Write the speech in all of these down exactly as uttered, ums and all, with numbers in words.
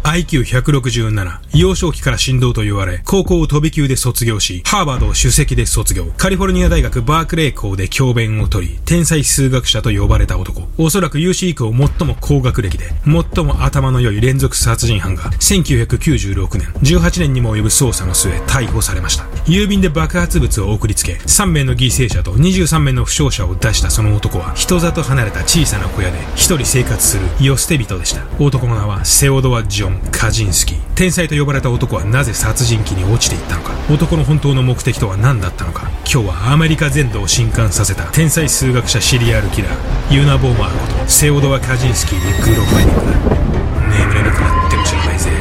アイキューひゃくろくじゅうなな、幼少期から神童と言われ、高校を飛び級で卒業し、ハーバードを首席で卒業、カリフォルニア大学バークレー校で教鞭を取り、天才数学者と呼ばれた男。おそらく有史以降最も高学歴で、最も頭の良い連続殺人犯が、せんきゅうひゃくきゅうじゅうろくねん、じゅうはちねんにも及ぶ捜査の末、逮捕されました。郵便で爆発物を送りつけ、さんめいの犠牲者とにじゅうさんめいの負傷者を出したその男は、人里離れた小さな小屋で一人生活する世捨て人でした。男の名はセオドア・ジョン・カジンスキー。天才と呼ばれた男はなぜ殺人鬼に落ちていったのか、男の本当の目的とは何だったのか。今日はアメリカ全土を震撼させた天才数学者シリアルキラーユナ・ボーマーことセオドア・カジンスキーにグロファイリングだ。眠れなくなっても知らないぜ。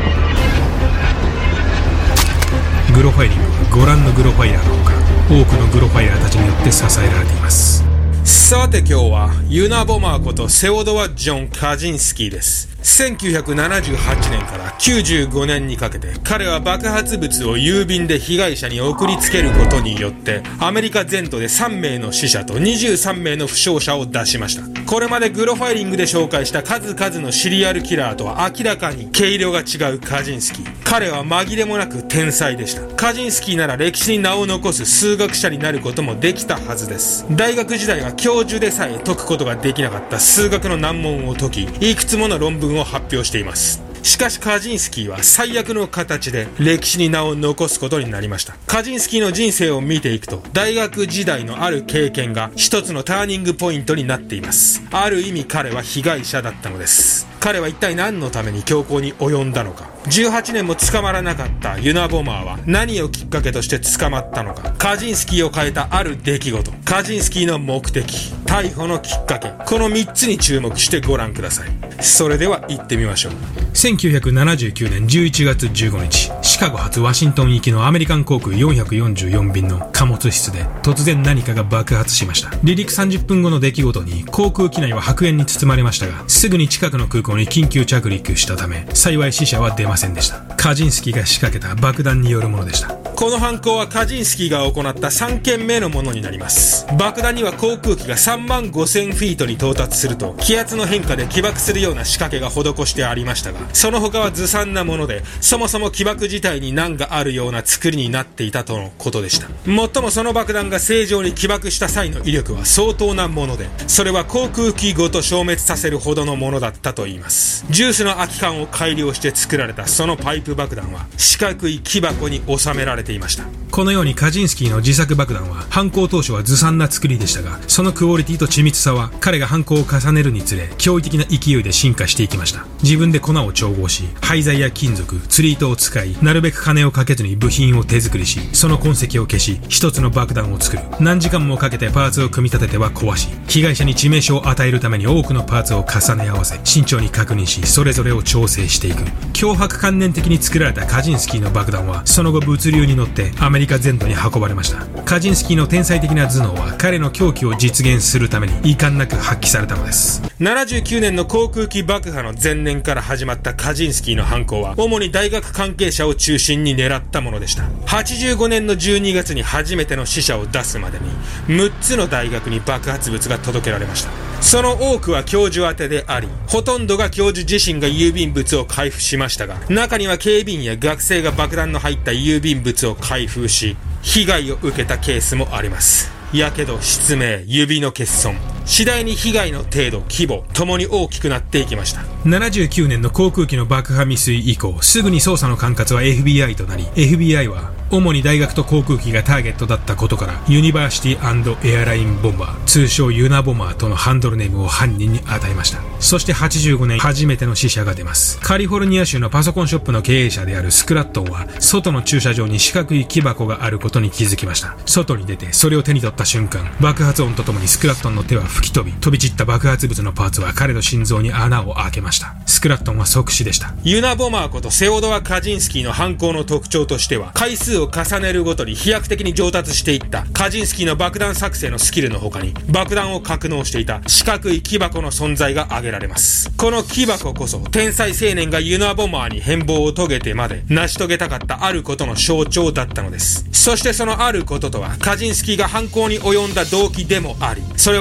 グロファイリングはご覧のグロファイラーのほか、多くのグロファイラーたちによって支えられています。さて今日はユナ・ボマーことセオドア・ジョン・カジンスキーです。せんきゅうひゃくななじゅうはちねんからきゅうじゅうごねんにかけて、彼は爆発物を郵便で被害者に送りつけることによってアメリカ全土でさんめいの死者とにじゅうさんめいの負傷者を出しました。これまでグロファイリングで紹介した数々のシリアルキラーとは明らかに毛色が違うカジンスキー。彼は紛れもなく天才でした。カジンスキーなら歴史に名を残す数学者になることもできたはずです。大学時代は教授でさえ解くことができなかった数学の難問を解き、いくつもの論文を発表しています。しかしカジンスキーは最悪の形で歴史に名を残すことになりました。カジンスキーの人生を見ていくと、大学時代のある経験が一つのターニングポイントになっています。ある意味彼は被害者だったのです。彼は一体何のために凶行に及んだのか。じゅうはちねんも捕まらなかったユナ・ボマーは何をきっかけとして捕まったのか。カジンスキーを変えたある出来事、カジンスキーの目的、逮捕のきっかけ、このみっつに注目してご覧ください。それでは行ってみましょう。せんきゅうひゃくななじゅうきゅうねんじゅういちがつじゅうごにち、シカゴ発ワシントン行きのアメリカン航空よんひゃくよんじゅうよんびんの貨物室で突然何かが爆発しました。離陸さんじゅっぷんごの出来事に航空機内は白煙に包まれましたが、すぐに近くの空港に緊急着陸したため、幸い死者は出ませんでした。カジンスキーが仕掛けた爆弾によるものでした。この犯行はカジンスキーが行ったさんけんめのものになります。爆弾には航空機がさんまんごせんフィートに到達すると気圧の変化で起爆するような仕掛けが施してありましたが、その他はずさんなもので、そもそも起爆自体に難があるような作りになっていたとのことでした。もっともその爆弾が正常に起爆した際の威力は相当なもので、それは航空機ごと消滅させるほどのものだったといいます。ジュースの空き缶を改良して作られたそのパイプ爆弾は四角い木箱に収められていました。このようにカジンスキーの自作爆弾は犯行当初はずさんな作りでしたが、そのクオリティと緻密さは彼が犯行を重ねるにつれ驚異的な勢いで進化していきました。自分で粉を調合し、廃材や金属、釣り糸を使い、なるべく金をかけずに部品を手作りし、その痕跡を消し、一つの爆弾を作る。何時間もかけてパーツを組み立てては壊し、被害者に致命傷を与えるために多くのパーツを重ね合わせ、慎重に確認し、それぞれを調整していく。脅迫観念的に作られたカジンスキーの爆弾は、その後物流に乗ってアメリカ全土に運ばれました。カジンスキーの天才的な頭脳は彼の狂気を実現するために遺憾なく発揮されたのです。ななじゅうきゅうねんの航空機爆破の前年から始まったカジンスキーの犯行は主に大学関係者を中心に狙ったものでした。はちじゅうごねんのじゅうにがつに初めての死者を出すまでにむっつの大学に爆発物が届けられました。その多くは教授宛てであり、ほとんどが教授自身が郵便物を開封しましたが、中には警備員や学生が爆弾の入った郵便物を開封し、被害を受けたケースもあります。やけど、失明、指の欠損、次第に被害の程度、規模ともに大きくなっていきました。ななじゅうきゅうねんの航空機の爆破未遂以降、すぐに捜査の管轄は エフビーアイ となり、 エフビーアイ は主に大学と航空機がターゲットだったことからユニバーシティ&エアラインボンバー、通称ユナボマーとのハンドルネームを犯人に与えました。そしてはちじゅうごねん初めての死者が出ます。カリフォルニア州のパソコンショップの経営者であるスクラットンは、外の駐車場に四角い木箱があることに気づきました。外に出てそれを手に取った瞬間、爆発音とともにスクラットンの手は吹き飛び、飛び散った爆発物のパーツは彼の心臓に穴を開けました。スクラットンは即死でした。ユナボマーことセオドア・カジンスキーの犯行の特徴としては、回数を重ねるごとに飛躍的に上達していったカジンスキーの爆弾作成のスキルの他に、爆弾を格納していた四角い木箱の存在が挙げられます。この木箱こそ天才青年がユナボマーに変貌を遂げてまで成し遂げたかったあることの象徴だったのです。そしてそのあることとは、カジンスキーが犯行に及んだ動機でもあり、それは彼が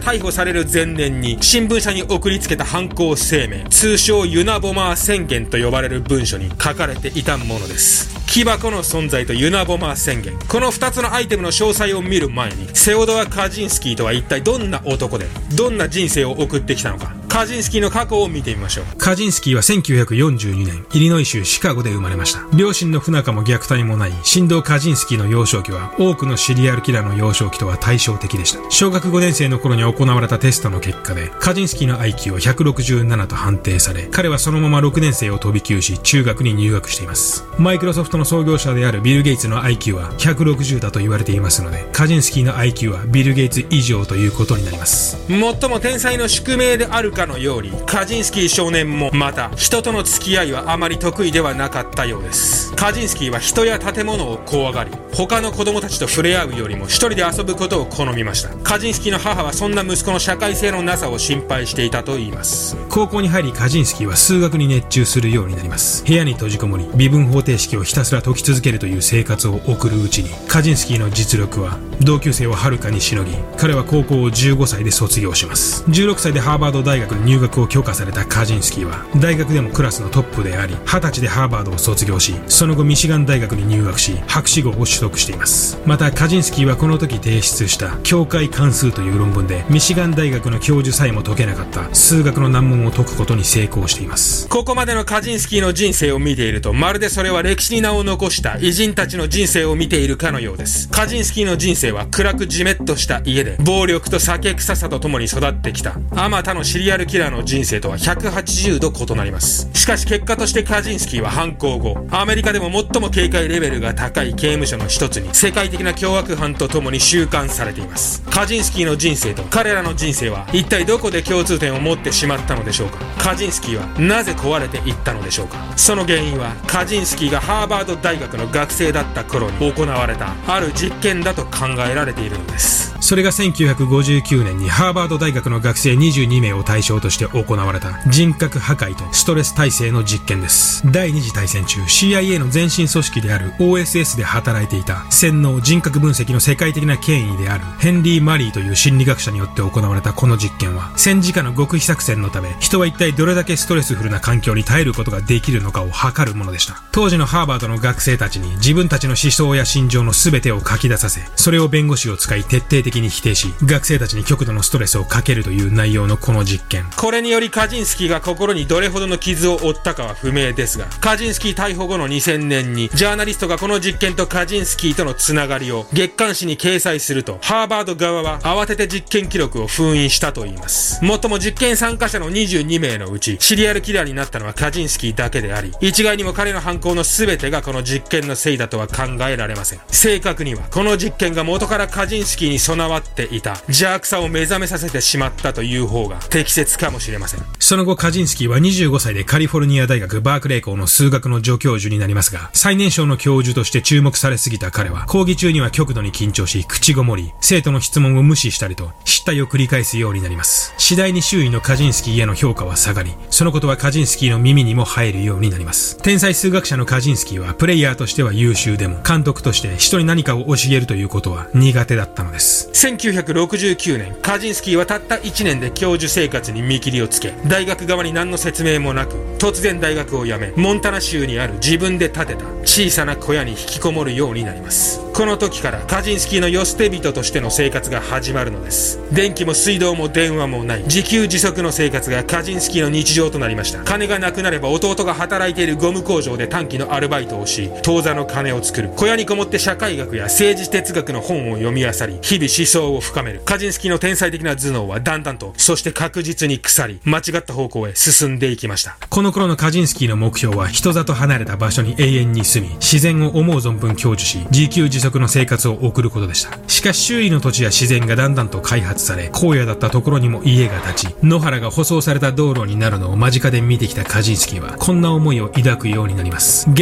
逮捕される前年に新聞社に送りつけた犯行声明、通称ユナボマー宣言と呼ばれる文書に書かれていたものです。木箱の存在とユナボマー宣言、このふたつのアイテムの詳細を見る前に、セオドア・カジンスキーとは一体どんな男でどんな人生を送ってきたのか、カジンスキーの過去を見てみましょう。カジンスキーはせんきゅうひゃくよんじゅうにねんイリノイ州シカゴで生まれました。両親の不仲も虐待もない神童カジンスキーの幼少期は多くのシリアルキラーの幼少期とは対照的でした。小学ごねん生の頃に行われたテストの結果でカジンスキーの アイキュー はひゃくろくじゅうななと判定され、彼はそのままろくねん生を飛び級し中学に入学しています。マイクロソフトの創業者であるビル・ゲイツの アイキュー はひゃくろくじゅうだと言われていますので、カジンスキーの アイキュー はビル・ゲイツ以上ということになります。最も天才の宿命であるかのように、カジンスキー少年もまた人との付き合いはあまり得意ではなかったようです。カジンスキーは人や建物を怖がり、他の子供たちと触れ合うよりも一人で遊ぶことを好みました。カジンスキーの母はそんな息子の社会性のなさを心配していたといいます。高校に入りカジンスキーは数学に熱中するようになります。部屋に閉じこもり微分方程式をひたすら解き続けるという生活を送るうちに、カジンスキーの実力は同級生をはるかにしのぎ、彼は高校をじゅうごさいで卒業します。じゅうろくさいでハーバード大学に入学を許可されたカジンスキーは大学でもクラスのトップであり、はたちでハーバードを卒業し、その後ミシガン大学に入学し博士号を取得しています。またカジンスキーはこの時提出した境界関数という論文でミシガン大学の教授さえも解けなかった数学の難問を解くことに成功しています。ここまでのカジンスキーの人生を見ていると、まるでそれは歴史に名を残した偉人たちの人生を見ているかのようです。カジンスキーの人生は暗くじめっとした家で暴力と酒臭さとともに育ってきたあまたのシリアルキラーの人生とはひゃくはちじゅうど異なります。しかし結果としてカジンスキーは犯行後、アメリカでも最も警戒レベルが高い刑務所の一つに世界的な凶悪犯とともに収監されています。カジンスキーの人生と彼らの人生は一体どこで共通点を持ってしまったのでしょうか。カジンスキーはなぜ壊れていったのでしょうか。その原因はカジンスキーがハーバード大学の学生だった頃に行われたある実験だと考えられているのです。それがせんきゅうひゃくごじゅうきゅうねんにハーバード大学の学生にじゅうにめいを対象として行われた人格破壊とストレス耐性の実験です。第二次大戦中 シーアイエー の前身組織である オーエスエス で働いていた洗脳人格分析の世界的な権威であるヘンリー・マリーという心理学者によって行われたこの実験は、戦時下の極秘作戦のため人は一体どれだけストレスフルな環境に耐えることができるのかを測るものでした。当時のハーバードの学生たちに自分たちの思想や心情の全てを書き出させ、それを弁護士を使い徹底的に否定し、学生たちに極度のストレスをかけるという内容のこの実験。これによりカジンスキーが心にどれほどの傷を負ったかは不明ですが、カジンスキー逮捕後のにせんねんにジャーナリストがこの実験とカジンスキーとのつながりを月刊誌に掲載すると、ハーバード側は慌てて実験記録を封印したといいます。もっとも実験参加者のにじゅうにめいのうちシリアルキラーになったのはカジンスキーだけであり、一概にも彼の犯行の全てがこの実験のせいだとは考えられません。正確にはこの実験が元からカジンスキーに備わっていた邪悪さを目覚めさせてしまったという方が適切かもしれません。その後カジンスキーはにじゅうごさいでカリフォルニア大学バークレー校の数学の助教授になりますが、最年少の教授として注目されすぎた彼は講義中には極度に緊張し口ごもり、生徒の質問を無視したりと失態を繰り返すようになります。次第に周囲のカジンスキーへの評価は下がり、そのことはカジンスキーの耳にも入るようになります。天才数学者のカジンスキーはプレイヤーとしては優秀でも監督として人に何かを教えるということは苦手だったのです。せんきゅうひゃくろくじゅうきゅうねん、カジンスキーはたったいちねんで教授生活に見切りをつけ、大学側に何の説明もなく突然大学を辞め、モンタナ州にある自分で建てた小さな小屋に引きこもるようになります。この時からカジンスキーの世捨て人としての生活が始まるのです。電気も水道も電話もない自給自足の生活がカジンスキーの日常となりました。金がなくなれば弟が働いているゴム工場で短期のアルバイトをし、当座の金を作る。小屋にこもって社会学や政治哲学の本を読み漁り、日々思想を深める。カジンスキーの天才的な頭脳はだんだんと、そして確実に腐り、間違った方向へ進んでいきました。この頃のカジンスキーの目標は人里離れた場所に永遠に住み、自然を思う存分享受し、自給自足の生活を送ることでした。しかし周囲の土地や自然がだんだんと開発され、荒野だったところにも家が建ち、野原が舗装された道路になるのを間近で見てきたカジンスキーはこんな思いを抱くようになります。現代社会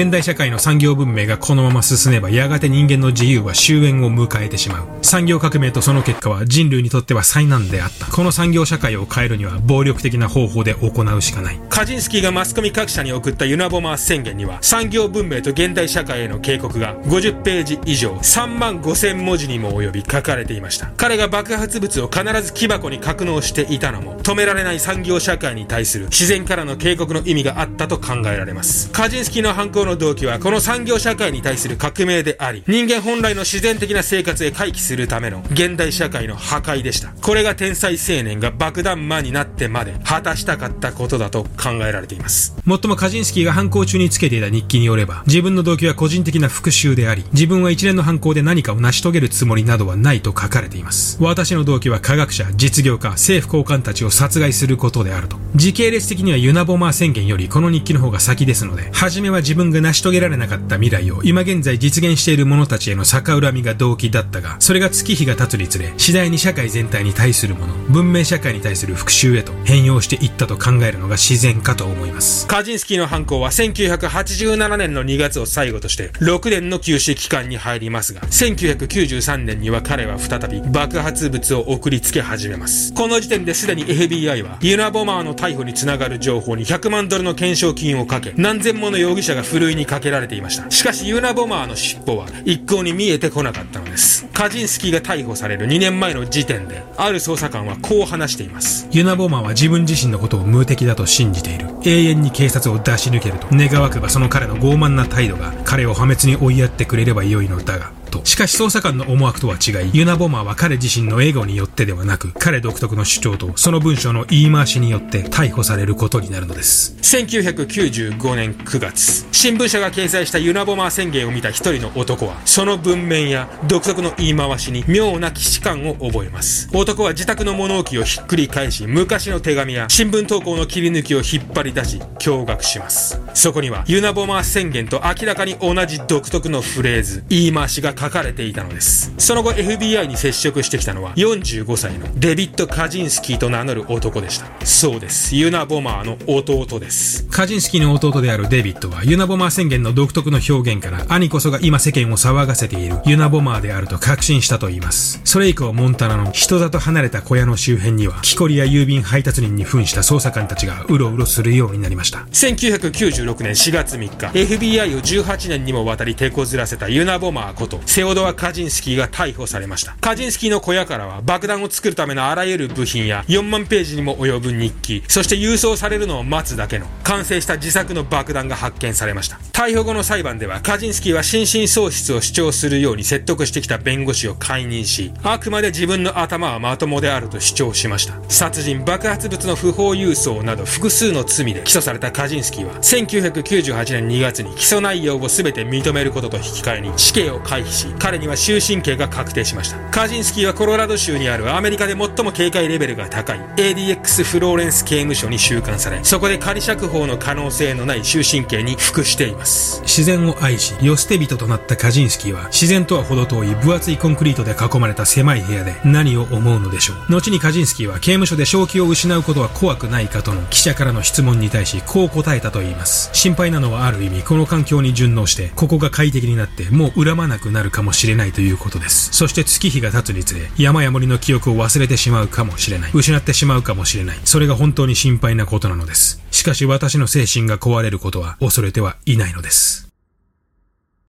界の産業文明がこのまま進めば、やがて人間の自由は終焉を迎えてしまう。産業革命とその結果は人類にとっては災難であった。この産業社会を変えるには暴力的な方法で行うしかない。カジンスキーがマスコミ各社に送ったユナボマー宣言には、産業文明と現代社会への警告がごじゅっページ以上さんまんごせんもじにも及び書かれていました。彼が爆発物を必ず木箱に格納していたのも、止められない産業社会に対する自然からの警告の意味があったと考えられます。カジンスキーの犯行の動機はこの産業社会に対する革命であり、人間本来の自然的な生活へ回帰するための現代社会の破壊でした。これが天才青年が爆弾魔になってまで果たしたかったことだと考えられています。もっともカジンスキーが犯行中につけていた日記によれば、自分の動機は個人的な復讐であり、自分は一連の犯行で何かを成し遂げるつもりなどはないと書かれています。私の動機は科学者、実業家、政府高官たちを殺害することであると。時系列的にはユナボマー宣言よりこの日記の方が先ですので、初めは自分が成し遂げられなかった未来を今現在実現している者たちへの逆恨みが動機だったが、それが月日が経つにつれ、次第に社会全体に対するもの、文明社会に対する復讐へと変容していったと考えるのが自然かと思います。カジンスキーの犯行はせんきゅうひゃくはちじゅうななねんのにがつを最後としてろくねんの休止期間に入りますが、せんきゅうひゃくきゅうじゅうさんねんには彼は再び爆発物を送りつけ始めます。この時点ですでに エフビーアイ はユナボマーの逮捕につながる情報にひゃくまんドルの懸賞金をかけ、何千もの容疑者がふるいにかけられていました。しかしユナボマーの尻尾は一向に見えてこなかったのです。カジンスキーが逮捕されるにねんまえの時点で、ある捜査官はこう話しています。ユナボマーは自分自身のことを無敵だと信じている。永遠に警察を出し抜けると願わくば、その彼の傲慢な態度が彼を破滅に追いやってくれればよいのだがと。しかし捜査官の思惑とは違い、ユナボマーは彼自身のエゴによってではなく、彼独特の主張とその文章の言い回しによって逮捕されることになるのです。せんきゅうひゃくきゅうじゅうごねんくがつ、新聞社が掲載したユナボマー宣言を見た一人の男は、その文面や独特の言い回しに妙な既視感を覚えます。男は自宅の物置をひっくり返し、昔の手紙や新聞投稿の切り抜きを引っ張り出し、驚愕します。そこにはユナボマー宣言と明らかに同じ独特のフレーズ、言い回しが書かれていたのです。その後 エフビーアイ に接触してきたのはよんじゅうごさいのデビッド・カジンスキーと名乗る男でした。そうです、ユナボマーの弟です。カジンスキーの弟であるデビッドはユナボマー宣言の独特の表現から兄こそが今世間を騒がせているユナボマーであると確信したといいます。それ以降モンタナの人里離れた小屋の周辺には木こりや郵便配達人に扮した捜査官たちがうろうろするようになりました。せんきゅうひゃくきゅうじゅうろくねんしがつみっか、 エフビーアイ をじゅうはちねんにもわたり手こずらせたユナボマーことセオドア・カジンスキーが逮捕されました。カジンスキーの小屋からは爆弾を作るためのあらゆる部品やよんまんページにも及ぶ日記、そして郵送されるのを待つだけの完成した自作の爆弾が発見されました。逮捕後の裁判ではカジンスキーは心神喪失を主張するように説得してきた弁護士を解任し、あくまで自分の頭はまともであると主張しました。殺人、爆発物の不法郵送など複数の罪で起訴されたカジンスキーはせんきゅうひゃくきゅうじゅうはちねんにがつに起訴内容を全て認めることと引き換えに死刑を回避し、彼には終身刑が確定しました。カジンスキーはコロラド州にあるアメリカで最も警戒レベルが高い エーディーエックス フローレンス刑務所に収監され、そこで仮釈放の可能性のない終身刑に服しています。自然を愛し世捨て人となったカジンスキーは自然とは程遠い分厚いコンクリートで囲まれた狭い部屋で何を思うのでしょう。後にカジンスキーは刑務所で正気を失うことは怖くないかとの記者からの質問に対しこう答えたといいます。心配なのはある意味この環境に順応してここが快適になってもう恨まなくなるかもしれないということです。そして月日が経つにつれ山や森の記憶を忘れてしまうかもしれない、失ってしまうかもしれない。それが本当に心配なことなのです。しかし私の精神が壊れることは恐れてはいないのです。